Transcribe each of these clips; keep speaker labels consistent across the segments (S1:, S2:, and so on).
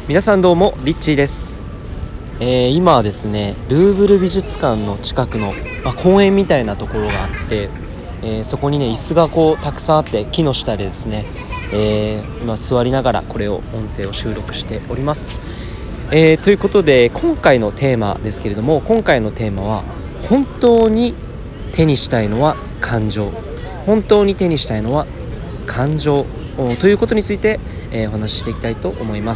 S1: 皆さんどうもリッチーです。今はですねルーブル美術館の近くの、公園みたいなところがあって、そこにね椅子がたくさんあって木の下でですね、今座りながらこれを音声を収録しております。ということで今回のテーマですけれども、今回のテーマは本当に手にしたいのは感情、本当に手にしたいのは感情ということについて、お話ししていきたいと思います。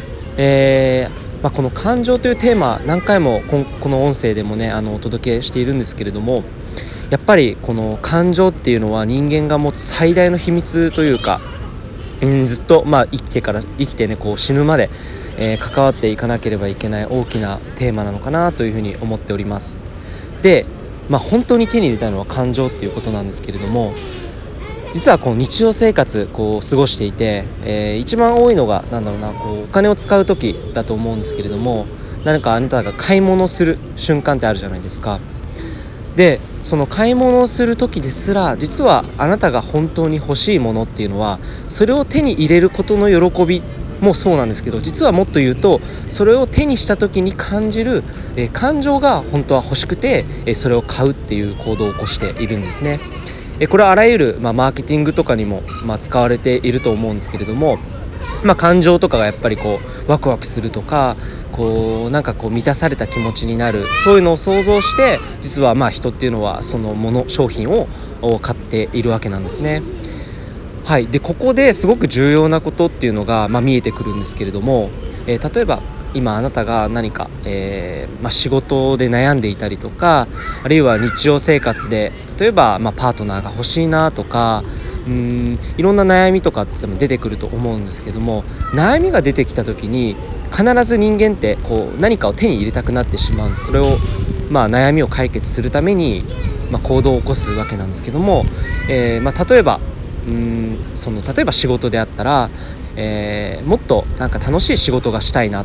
S1: この感情というテーマ、何回もこの音声でもねお届けしているんですけれども、やっぱりこの感情っていうのは人間が持つ最大の秘密というか、ずっと生きてね死ぬまで、関わっていかなければいけない大きなテーマなのかなというふうに思っております。で、本当に手に入れたいのは感情っていうことなんですけれども、実はこの日常生活過ごしていて、一番多いのがお金を使う時だと思うんですけれども、何かあなたが買い物する瞬間ってあるじゃないですか。でその買い物をする時ですら、実はあなたが本当に欲しいものっていうのは、それを手に入れることの喜びもそうなんですけど、実はもっと言うとそれを手にした時に感じる、感情が本当は欲しくて、それを買うっていう行動を起こしているんですね。これはあらゆる、マーケティングとかにも、使われていると思うんですけれども、感情とかがやっぱりワクワクするとか、満たされた気持ちになる、そういうのを想像して、実は人っていうのはその商品を買っているわけなんですね。はい。でここですごく重要なことっていうのが、見えてくるんですけれども、例えば今あなたが何か、仕事で悩んでいたりとか、あるいは日常生活で例えば、パートナーが欲しいなとか、いろんな悩みとかって出てくると思うんですけども、悩みが出てきた時に必ず人間って何かを手に入れたくなってしまうんです。それを、悩みを解決するために、行動を起こすわけなんですけども、例えば仕事であったら、もっと楽しい仕事がしたいなって、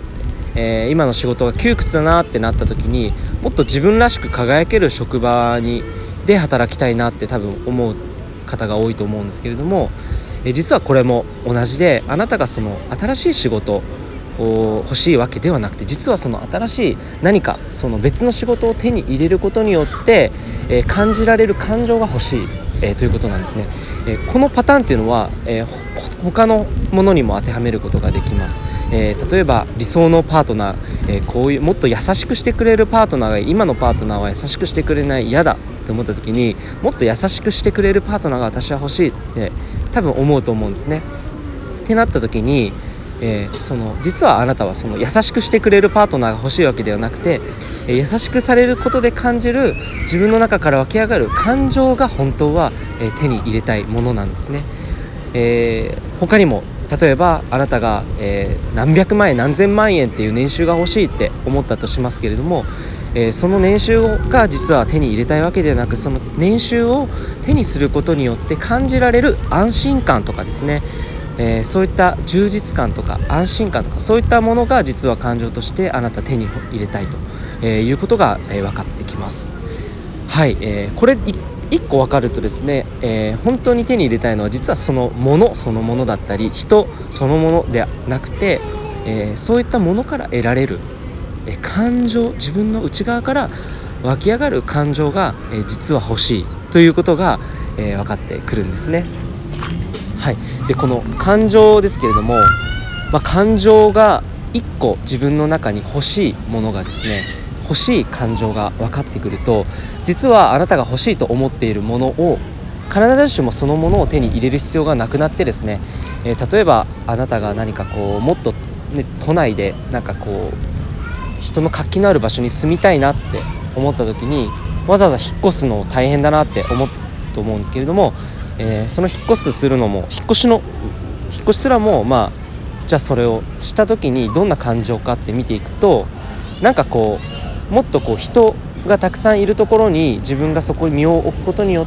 S1: 今の仕事が窮屈だなってなった時に、もっと自分らしく輝ける職場で働きたいなって多分思う方が多いと思うんですけれども、実はこれも同じで、あなたがその新しい仕事を欲しいわけではなくて、実はその新しい何かその別の仕事を手に入れることによって、感じられる感情が欲しい、ということなんですね。このパターンっていうのは、他のものにも当てはめることができます。例えば理想のパートナー、こういうもっと優しくしてくれるパートナーが今のパートナーは優しくしてくれない、嫌だって思った時に、もっと優しくしてくれるパートナーが私は欲しいって多分思うと思うんですね。ってなった時に、実はあなたはその優しくしてくれるパートナーが欲しいわけではなくて、優しくされることで感じる自分の中から湧き上がる感情が本当は、手に入れたいものなんですね。他にも例えばあなたが、何百万円何千万円っていう年収が欲しいって思ったとしますけれども、その年収が実は手に入れたいわけではなく、その年収を手にすることによって感じられる安心感とかですね、そういった充実感とか安心感とか、そういったものが実は感情としてあなた手に入れたいと、いうことが、分かってきます。はい。これ一個分かるとですね、本当に手に入れたいのは実はそのものそのものだったり、人そのものではなくて、そういったものから得られる、感情、自分の内側から湧き上がる感情が、実は欲しいということが、分かってくるんですね。はい。でこの感情ですけれども、感情が一個自分の中に欲しいものがですね、欲しい感情が分かってくると、実はあなたが欲しいと思っているものを必ずしもそのものを手に入れる必要がなくなってですね、例えばあなたが何かもっと、都内で人の活気のある場所に住みたいなって思った時に、わざわざ引っ越すの大変だなって思うと思うんですけれども、その引っ越しすらもじゃあそれをした時にどんな感情かって見ていくと、もっと人がたくさんいるところに自分がそこに身を置くことによって、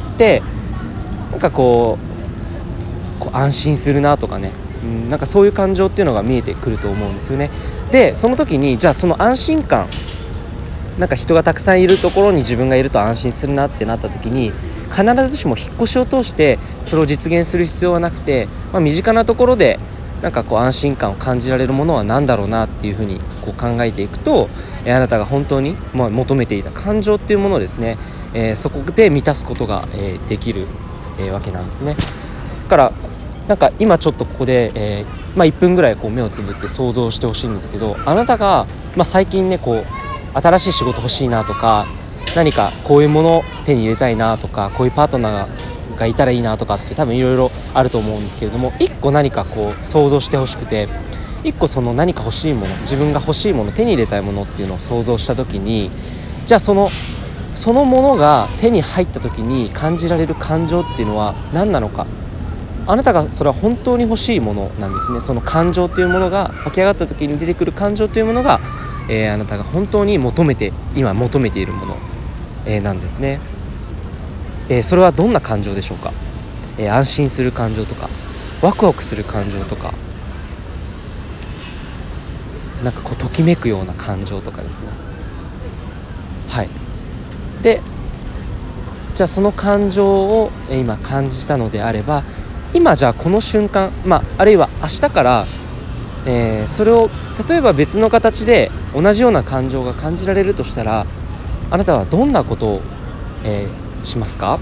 S1: 安心するなとかね、そういう感情っていうのが見えてくると思うんですよね。でその時にじゃあその安心感、人がたくさんいるところに自分がいると安心するなってなった時に、必ずしも引っ越しを通してそれを実現する必要はなくて、身近なところでなんかこう安心感を感じられるものは何だろうなっていうふうにこう考えていくと、あなたが本当に求めていた感情っていうものをですね、そこで満たすことができるわけなんですね。だからなんか今ちょっとここで、1分ぐらいこう目をつぶって想像してほしいんですけど、あなたが、最近ねこう新しい仕事欲しいなとか、何かこういうものを手に入れたいなとか、こういうパートナーがいたらいいなとかって多分いろいろあると思うんですけれども、一個何かこう想像してほしくて、一個その何か欲しいもの、自分が欲しいもの、手に入れたいものっていうのを想像した時に、じゃあそのものが手に入った時に感じられる感情っていうのは何なのか。あなたがそれは本当に欲しいものなんですね。その感情というものが湧き上がった時に出てくる感情というものが、あなたが本当に今求めているもの、なんですね。それはどんな感情でしょうか。安心する感情とか、ワクワクする感情とか、なんかこうときめくような感情とかですね。はい。で、じゃあその感情を今感じたのであれば、今じゃあこの瞬間、あるいは明日から、それを例えば別の形で同じような感情が感じられるとしたら、あなたはどんなことを、しますか。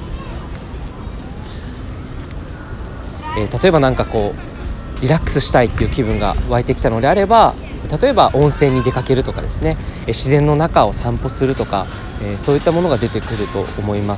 S1: 例えばなんかこうリラックスしたいっていう気分が湧いてきたのであれば、例えば温泉に出かけるとかですね、自然の中を散歩するとか、そういったものが出てくると思います。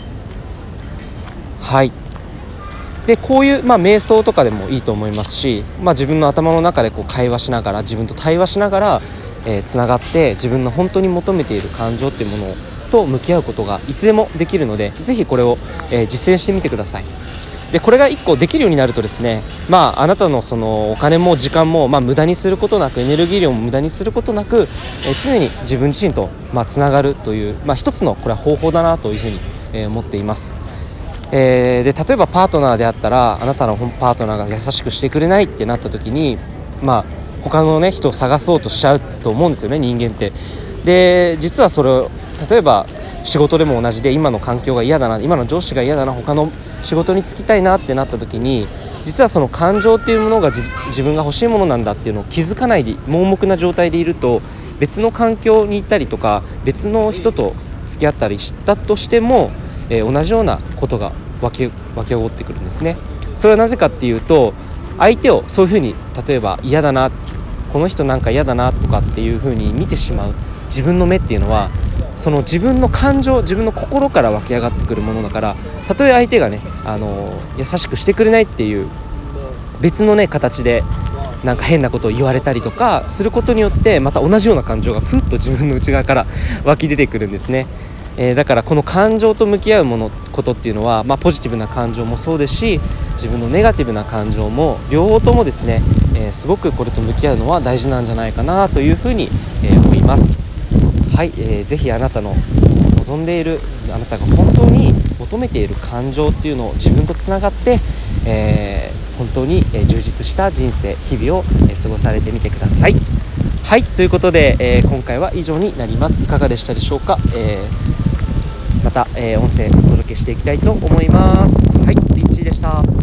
S1: はい。でこういう、瞑想とかでもいいと思いますし、自分の頭の中でこう会話しながら、自分と対話しながらつながって、自分の本当に求めている感情っていうものと向き合うことがいつでもできるので、ぜひこれを、実践してみてください。でこれが1個できるようになるとですね、あなたのそのお金も時間も、無駄にすることなく、エネルギー量も無駄にすることなく、常に自分自身とつながるという、一つのこれは方法だなというふうに、思っています。で例えばパートナーであったら、あなたのパートナーが優しくしてくれないってなった時に、他のね人を探そうとしちゃうと思うんですよね、人間って。で実はそれを例えば仕事でも同じで、今の環境が嫌だな、今の上司が嫌だな、他の仕事に就きたいなってなった時に、実はその感情っていうものが自分が欲しいものなんだっていうのを気づかないで盲目な状態でいると、別の環境に行ったりとか、別の人と付き合ったりしたとしても、同じようなことが湧き起こってくるんですね。それはなぜかっていうと、相手をそういうふうに例えば嫌だな、この人なんか嫌だなとかっていうふうに見てしまう自分の目っていうのは、その自分の感情、自分の心から湧き上がってくるものだから、たとえ相手がね、優しくしてくれないっていう別のね形でなんか変なことを言われたりとかすることによって、また同じような感情がふっと自分の内側から湧き出てくるんですね。だからこの感情と向き合うことっていうのは、ポジティブな感情もそうですし、自分のネガティブな感情も両方ともですね、すごくこれと向き合うのは大事なんじゃないかなというふうに、思います。はい、ぜひあなたの望んでいる、あなたが本当に求めている感情っていうのを自分とつながって、本当に充実した人生、日々を過ごされてみてください。はい、ということで、今回は以上になります。いかがでしたでしょうか。また、音声お届けしていきたいと思います。はい、リッチーでした。